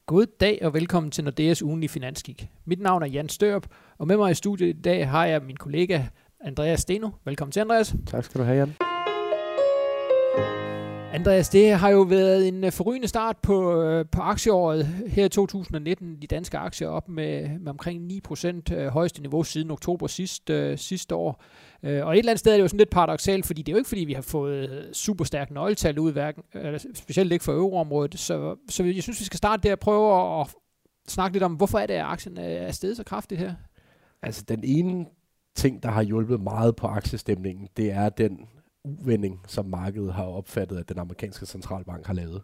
God dag og velkommen til Nordeas ugenlige finanskig. Mit navn er Jan Størup, og med mig i studiet i dag har jeg min kollega Andreas Steno. Velkommen til, Andreas. Tak skal du have, Jan. Andreas, det har jo været en forrygende start på aktieåret her i 2019. De danske aktier op med omkring 9% højeste niveau siden oktober sidste år. Og et eller andet sted er det jo sådan lidt paradoksalt, fordi det er jo ikke fordi, vi har fået super stærke nøgletal ud, specielt ikke for euroområdet. Så jeg synes, vi skal starte der og prøve at snakke lidt om, hvorfor er det, at aktien er steget så kraftigt her? Altså den ene ting, der har hjulpet meget på aktiestemningen, det er den uvending, som markedet har opfattet, at den amerikanske centralbank har lavet.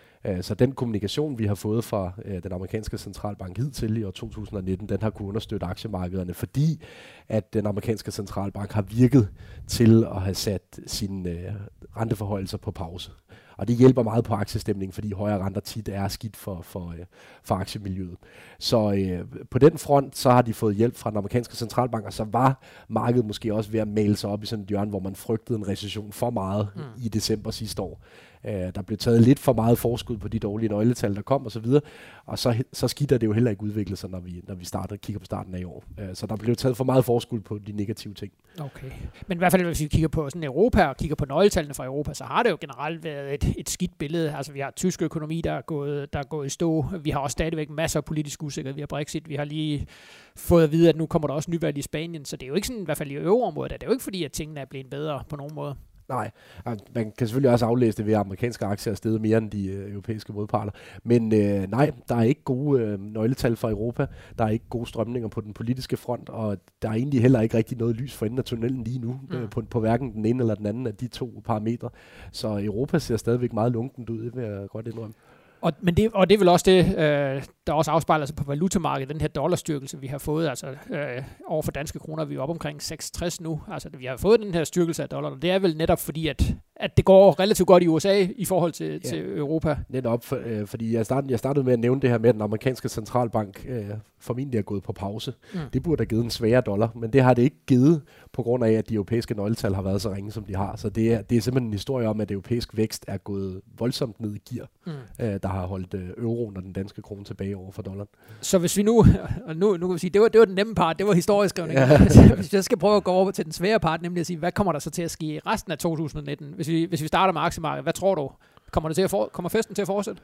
Så den kommunikation, vi har fået fra den amerikanske centralbank hidtil i år 2019, den har kunnet understøtte aktiemarkederne, fordi at den amerikanske centralbank har virket til at have sat sine renteforhøjelser på pause. Og det hjælper meget på aktiestemningen, fordi højere renter tit er skidt for aktiemiljøet. Så på den front, så har de fået hjælp fra den amerikanske centralbank, og så var markedet måske også ved at male sig op i sådan et hjørne, hvor man frygtede en recession for meget i december sidste år. Der blev taget lidt for meget forskud på de dårlige nøgletal, der kom osv., og så skidt det jo heller ikke udvikle sig, når vi kigger på starten af i år. Så der blev taget for meget forskud på de negative ting. Okay. Men i hvert fald, hvis vi kigger på sådan Europa og kigger på nøgletallene fra Europa, så har det jo generelt været et skidt billede. Altså vi har tysk økonomi, der er gået i stå. Vi har også stadigvæk masser af politisk usikkerhed. Vi har Brexit. Vi har lige fået at vide, at nu kommer der også nyvalg i Spanien. Så det er jo ikke sådan, i hvert fald i euroområdet, det er jo ikke fordi, at tingene er blevet bedre på nogen måde. Nej, man kan selvfølgelig også aflæse det ved, at amerikanske aktier er steget mere end de europæiske modparter. Men nej, der er ikke gode nøgletal for Europa. Der er ikke gode strømninger på den politiske front, og der er egentlig heller ikke rigtig noget lys for enden af tunnelen lige nu, på hverken den ene eller den anden af de to parametre. Så Europa ser stadigvæk meget lunkent ud, det vil jeg godt indrømme. Og det er vel også det, der også afspejler sig på valutamarkedet, den her dollarstyrkelse, vi har fået. Altså over for danske kroner, vi er oppe omkring 66 nu. Altså vi har fået den her styrkelse af dollar, og det er vel netop fordi, at det går relativt godt i USA i forhold til Europa. Netop, fordi jeg startede med at nævne det her med, at den amerikanske centralbank formentlig er gået på pause. Det burde have givet en svagere dollar, men det har det ikke givet, på grund af, at de europæiske nøgletal har været så ringe, som de har. Så det er simpelthen en historie om, at europæisk vækst er gået voldsomt ned i gear, der har holdt euroen og den danske krone tilbage over for dollaren. Så hvis vi nu kan vi sige, det var den nemme part, det var historieskrivning. Ja. Hvis jeg skal prøve at gå over til den svære part, nemlig at sige, hvad kommer der så til at ske i resten af 2019? Hvis vi starter med aktiemarkedet, hvad tror du? Kommer festen til at fortsætte?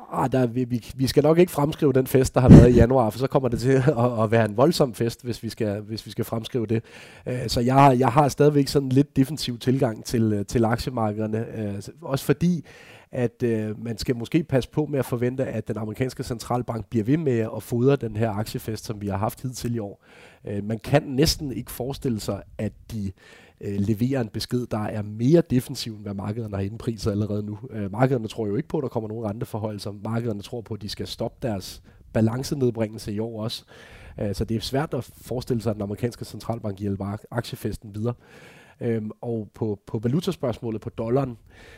Vi skal nok ikke fremskrive den fest, der har været i januar, for så kommer det til at være en voldsom fest, hvis vi skal fremskrive det. Så jeg har stadigvæk sådan lidt defensiv tilgang til aktiemarkederne, også fordi at man skal måske passe på med at forvente, at den amerikanske centralbank bliver ved med at fodre den her aktiefest, som vi har haft hidtil i år. Man kan næsten ikke forestille sig, at de leverer en besked, der er mere defensiv, end hvad markederne har indpriset allerede nu. Markederne tror jo ikke på, at der kommer nogen renteforhøjelser. Markederne tror på, at de skal stoppe deres balancenedbringelse i år også. Så det er svært at forestille sig, at den amerikanske centralbank hjælper aktiefesten videre. Og på valutaspørgsmålet på dollaren,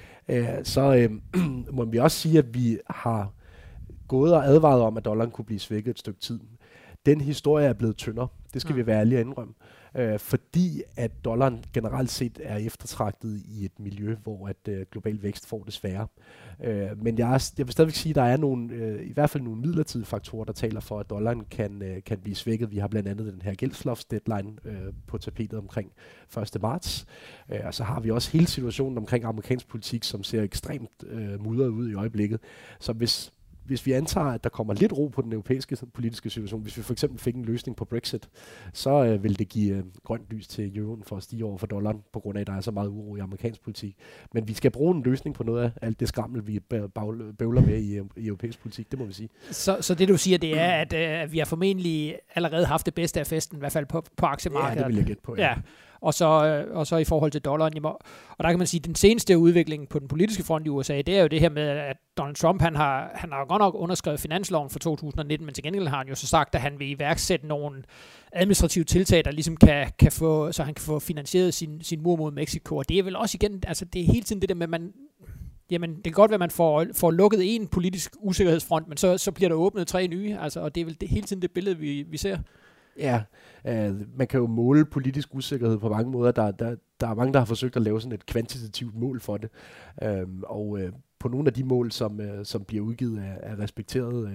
så må vi også sige, at vi har gået og advaret om, at dollaren kunne blive svækket et stykke tid. Den historie er blevet tyndere. Det skal vi være ærlige at indrømme. Fordi at dollaren generelt set er eftertragtet i et miljø, hvor at global vækst får det sværere. Men jeg vil stadigvæk sige, at der er i hvert fald nogle midlertidige faktorer, der taler for, at dollaren kan blive svækket. Vi har blandt andet den her gældsloftsdeadline på tapetet omkring 1. marts. Og så har vi også hele situationen omkring amerikansk politik, som ser ekstremt mudret ud i øjeblikket. Så hvis vi antager, at der kommer lidt ro på den europæiske politiske situation, hvis vi for eksempel fik en løsning på Brexit, så vil det give grønt lys til euroen for at stige over for dollaren, på grund af, at der er så meget uro i amerikansk politik. Men vi skal bruge en løsning på noget af alt det skrammel, vi bøvler med i europæisk politik, det må vi sige. Så det du siger, det er, at vi har formentlig allerede haft det bedste af festen, i hvert fald på aktiemarkedet. Ja, det vil jeg gætte på, ja. Og så i forhold til dollaren. Og der kan man sige, at den seneste udvikling på den politiske front i USA, det er jo det her med, at Donald Trump, han har godt nok underskrevet finansloven for 2019, men til gengæld har han jo så sagt, at han vil iværksætte nogle administrative tiltag, der ligesom kan få, så han kan få finansieret sin mur mod Mexico. Og det er vel også igen, altså det er hele tiden det der med, jamen det kan godt være, at man får lukket en politisk usikkerhedsfront, men så bliver der åbnet 3 nye, altså, og det er vel hele tiden det billede, vi ser. Ja, man kan jo måle politisk usikkerhed på mange måder. Der er mange, der har forsøgt at lave sådan et kvantitativt mål for det. Og på nogle af de mål, som bliver udgivet af respekterede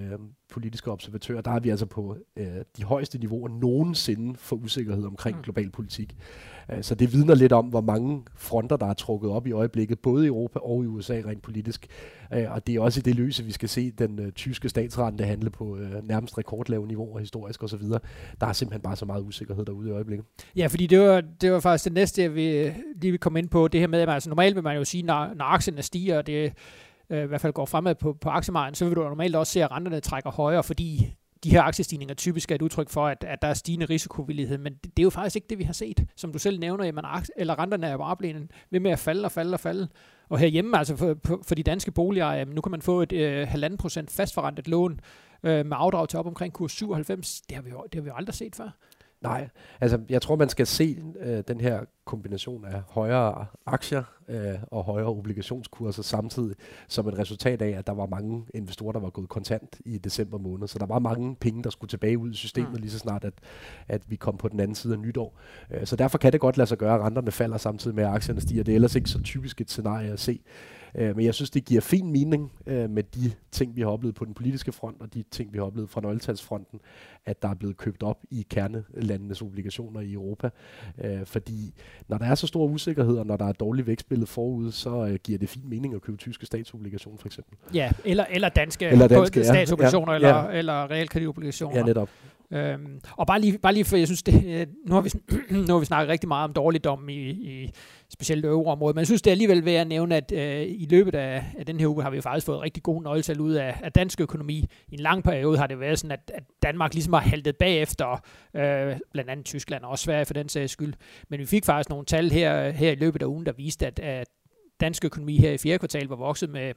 politiske observatører, der er vi altså på de højeste niveauer nogensinde for usikkerhed omkring global politik. Så det vidner lidt om, hvor mange fronter, der er trukket op i øjeblikket, både i Europa og i USA rent politisk. Og det er også i det lys, at vi skal se den tyske statsrente handle på nærmest rekordlave niveauer historisk osv. Der er simpelthen bare så meget usikkerhed derude i øjeblikket. Ja, fordi det var faktisk det næste, jeg lige vil komme ind på, det her med, at altså, normalt vil man jo sige, når aktierne stiger, og det i hvert fald går fremad på aktiemarkedet, så vil du normalt også se, at renterne trækker højere, fordi de her aktiestigninger typisk er et udtryk for, at der er stigende risikovillighed, men det er jo faktisk ikke det, vi har set. Som du selv nævner, jamen, eller renterne er bare blevet ved med at falde. Og herhjemme, altså for de danske boligejere, nu kan man få et 1,5% fastforrentet lån med afdrag til op omkring kurs 97. Det har vi jo aldrig set før. Nej, altså jeg tror, man skal se den her kombination af højere aktier og højere obligationskurser samtidig som et resultat af, at der var mange investorer, der var gået kontant i december måned. Så der var mange penge, der skulle tilbage ud i systemet lige så snart, at vi kom på den anden side af nytår. Så derfor kan det godt lade sig gøre, at renterne falder samtidig med, at aktierne stiger. Det er ellers ikke så typisk et scenarie at se. Men jeg synes, det giver fin mening med de ting, vi har oplevet på den politiske front, og de ting, vi har oplevet fra nøgletalsfronten, at der er blevet købt op i kernelandenes obligationer i Europa. Fordi når der er så stor usikkerhed, og når der er dårligt vækstbillede forud, så giver det fin mening at købe tyske statsobligationer, for eksempel. Ja, eller danske statsobligationer, eller realkreditobligationer. Ja, netop. Og bare lige for, jeg synes, nu har vi snakket rigtig meget om dårligdom i specielt euroområdet, men jeg synes, det er alligevel værd at nævne, at i løbet af den her uge har vi jo faktisk fået rigtig gode nøgletal ud af dansk økonomi. I en lang periode har det været sådan, at Danmark ligesom har haltet bagefter, blandt andet Tyskland og også Sverige for den sags skyld. Men vi fik faktisk nogle tal her i løbet af ugen, der viste, at dansk økonomi her i 4. kvartal var vokset med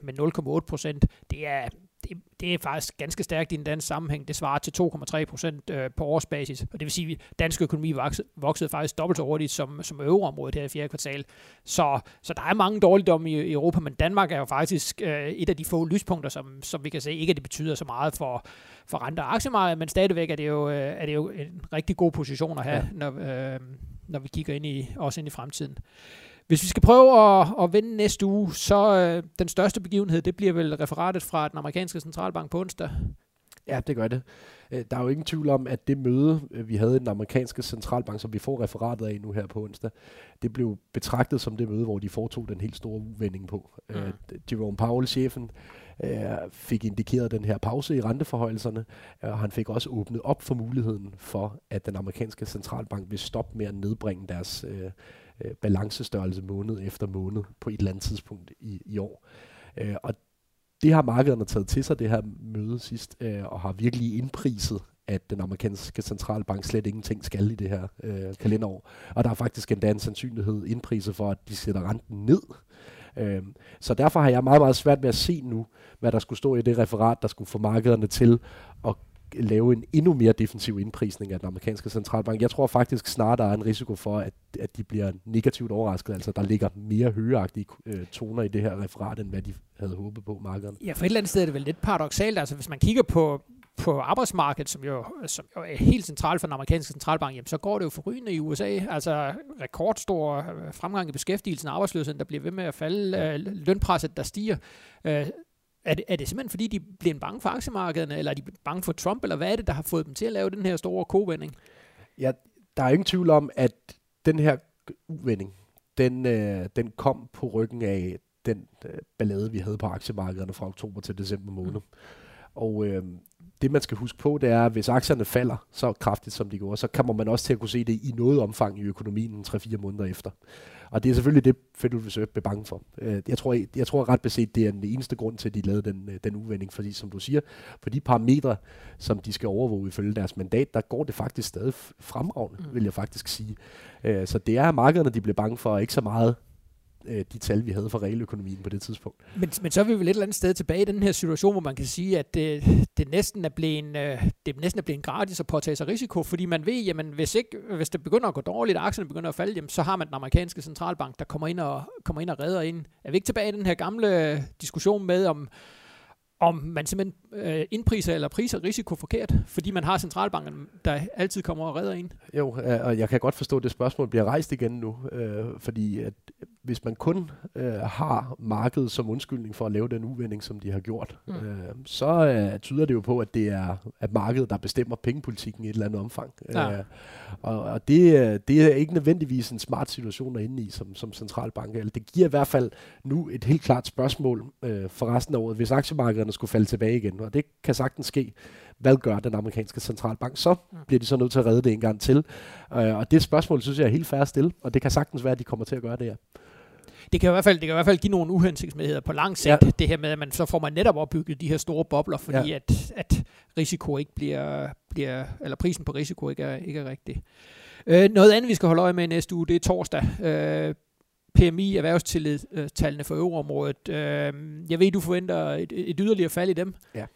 0,8%. Det er faktisk ganske stærkt i en dansk sammenhæng. Det svarer til 2,3% på årsbasis. Og det vil sige, at dansk økonomi voksede faktisk dobbelt så hurtigt som euroområdet her i 4. kvartal. Så der er mange dårligdomme i Europa, men Danmark er jo faktisk et af de få lyspunkter, som vi kan se. Ikke at det betyder så meget for rente- og aktiemarkedet, men stadigvæk er det jo en rigtig god position at have, når vi kigger ind i fremtiden. Hvis vi skal prøve at vende næste uge, så den største begivenhed, det bliver vel referatet fra den amerikanske centralbank på onsdag. Ja, det gør det. Der er jo ingen tvivl om, at det møde, vi havde i den amerikanske centralbank, som vi får referatet af nu her på onsdag, det blev betragtet som det møde, hvor de foretog den helt store uvending på. Jerome Powell, chefen, fik indikeret den her pause i renteforhøjelserne, og han fik også åbnet op for muligheden for, at den amerikanske centralbank vil stoppe med at nedbringe deres balancestørrelse måned efter måned på et eller andet tidspunkt i år. Og det har markederne taget til sig, det her møde sidst, og har virkelig indpriset, at den amerikanske centralbank slet ingenting skal i det her kalenderår. Og der er faktisk endda en sandsynlighed indpriset for, at de sætter renten ned. Så derfor har jeg meget, meget svært med at se nu, hvad der skulle stå i det referat, der skulle få markederne til at lave en endnu mere defensiv indprisning af den amerikanske centralbank. Jeg tror faktisk snart, der er en risiko for, at de bliver negativt overrasket. Altså, der ligger mere højagtige toner i det her referat, end hvad de havde håbet på markederne. Ja, for et eller andet sted er det vel lidt paradoksalt. Altså, hvis man kigger på arbejdsmarkedet, som jo er helt centralt for den amerikanske centralbank, jamen, så går det jo forrygende i USA. Altså rekordstor fremgang i beskæftigelsen, arbejdsløsheden, der bliver ved med at falde, lønpresset, der stiger. Er det simpelthen, fordi de bliver bange for aktiemarkederne, eller er de bange for Trump, eller hvad er det, der har fået dem til at lave den her store kovending? Ja, der er ingen tvivl om, at den her uvending, den kom på ryggen af den ballade, vi havde på aktiemarkederne fra oktober til december måned. Og det, man skal huske på, det er, at hvis aktierne falder så kraftigt, som de gjorde, så kommer man også til at kunne se det i noget omfang i økonomien 3-4 måneder efter. Og det er selvfølgelig det, Federal Reserve bliver bange for. Jeg tror ret beset, det er den eneste grund til, at de lavede den uvending. Fordi, som du siger, på de parametre, som de skal overvåge ifølge deres mandat, der går det faktisk stadig fremragende, vil jeg faktisk sige. Så det er markederne, de bliver bange for, og ikke så meget de tal, vi havde for realøkonomien på det tidspunkt. Men så er vi vel et eller andet sted tilbage i den her situation, hvor man kan sige, at det næsten er blevet gratis at påtage sig risiko, fordi man ved, jamen hvis det begynder at gå dårligt, og aktierne begynder at falde, jamen, så har man den amerikanske centralbank, der kommer ind og redder ind. Er vi ikke tilbage i den her gamle diskussion med, om man simpelthen indpriser eller priser risiko forkert, fordi man har centralbanken, der altid kommer og redder ind? Jo, og jeg kan godt forstå, at det spørgsmål bliver rejst igen nu, fordi at hvis man kun har markedet som undskyldning for at lave den uvending, som de har gjort, så tyder det jo på, at det er at markedet, der bestemmer pengepolitikken i et eller andet omfang. Ja. Og det er ikke nødvendigvis en smart situation at inde i som centralbank. Eller det giver i hvert fald nu et helt klart spørgsmål for resten af året, hvis aktiemarkederne skulle falde tilbage igen, og det kan sagtens ske. Hvad gør den amerikanske centralbank? Så bliver de så nødt til at redde det en gang til. Og det spørgsmål, synes jeg, er helt fair at stille, og det kan sagtens være, at de kommer til at gøre det her. Det kan i hvert fald give nogle uhensigtsmæssigheder på lang sigt, det her med, at så får man netop opbygget de her store bobler, fordi at risiko ikke bliver, eller prisen på risiko ikke er rigtig. Noget andet, vi skal holde øje med i næste uge, det er torsdag. PMI, erhvervstillidstallene for euroområdet. Jeg ved, du forventer et yderligere fald i dem. Ja.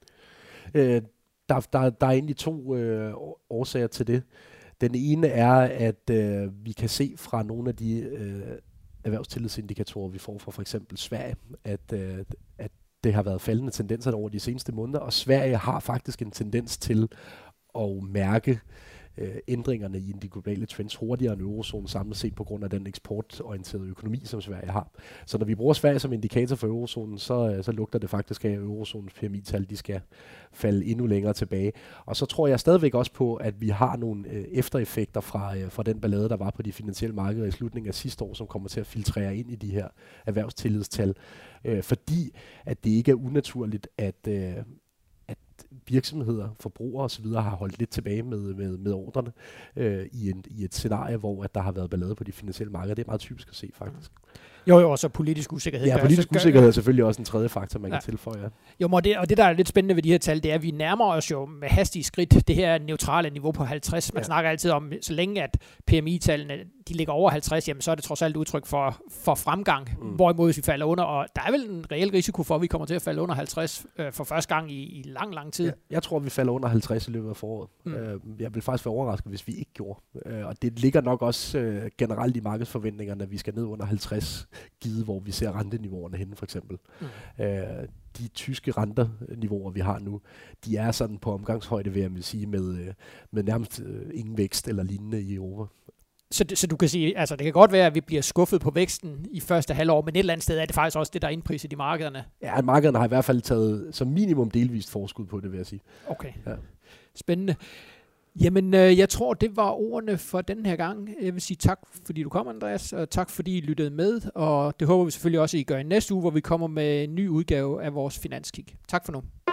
Der er egentlig 2 årsager til det. Den ene er, at vi kan se fra nogle af de erhvervstillidsindikatorer, vi får fra for eksempel Sverige, at det har været faldende tendenser over de seneste måneder, og Sverige har faktisk en tendens til at mærke ændringerne i de globale trends hurtigere end eurozonen samlet set på grund af den eksportorienterede økonomi, som Sverige har. Så når vi bruger Sverige som indikator for eurozonen, så lugter det faktisk af, at eurozonens PMI-tal de skal falde endnu længere tilbage. Og så tror jeg stadigvæk også på, at vi har nogle eftereffekter fra den ballade, der var på de finansielle markeder i slutningen af sidste år, som kommer til at filtrere ind i de her erhvervstillidstal. Fordi at det ikke er unaturligt, at virksomheder, forbrugere osv. har holdt lidt tilbage med ordrene i et scenarie, hvor at der har været ballade på de finansielle markeder. Det er meget typisk at se, faktisk. Jo, og så politisk usikkerhed. Ja, politisk usikkerhed er selvfølgelig også en tredje faktor, man kan tilføje. Ja. Jo, og det, der er lidt spændende ved de her tal, det er, at vi nærmer os jo med hastige skridt det her neutrale niveau på 50. Man snakker altid om, så længe at PMI-tallene de ligger over 50, jamen, så er det trods alt udtryk for fremgang, hvorimod hvis vi falder under, og der er vel en reel risiko for, at vi kommer til at falde under 50 for første gang i lang tid. Ja, jeg tror, vi falder under 50 i løbet af foråret. Jeg vil faktisk være overrasket, hvis vi ikke gjorde. Og det ligger nok også generelt i markedsforventningerne, at vi skal ned under 50, givet hvor vi ser renteniveauerne henne for eksempel. De tyske renteniveauer, vi har nu, de er sådan på omgangshøjde, vil jeg sige, med nærmest ingen vækst eller lignende i Europa. Så du kan sige, altså det kan godt være, at vi bliver skuffet på væksten i første halvår, men et eller andet sted er det faktisk også det, der er indpriset i markederne. Ja, markederne har i hvert fald taget som minimum delvist forskud på det, vil jeg sige. Okay, spændende. Jamen, jeg tror, det var ordene for den her gang. Jeg vil sige tak, fordi du kom, Andreas, og tak, fordi I lyttede med, og det håber vi selvfølgelig også, at I gør i næste uge, hvor vi kommer med en ny udgave af vores Finanskig. Tak for nu.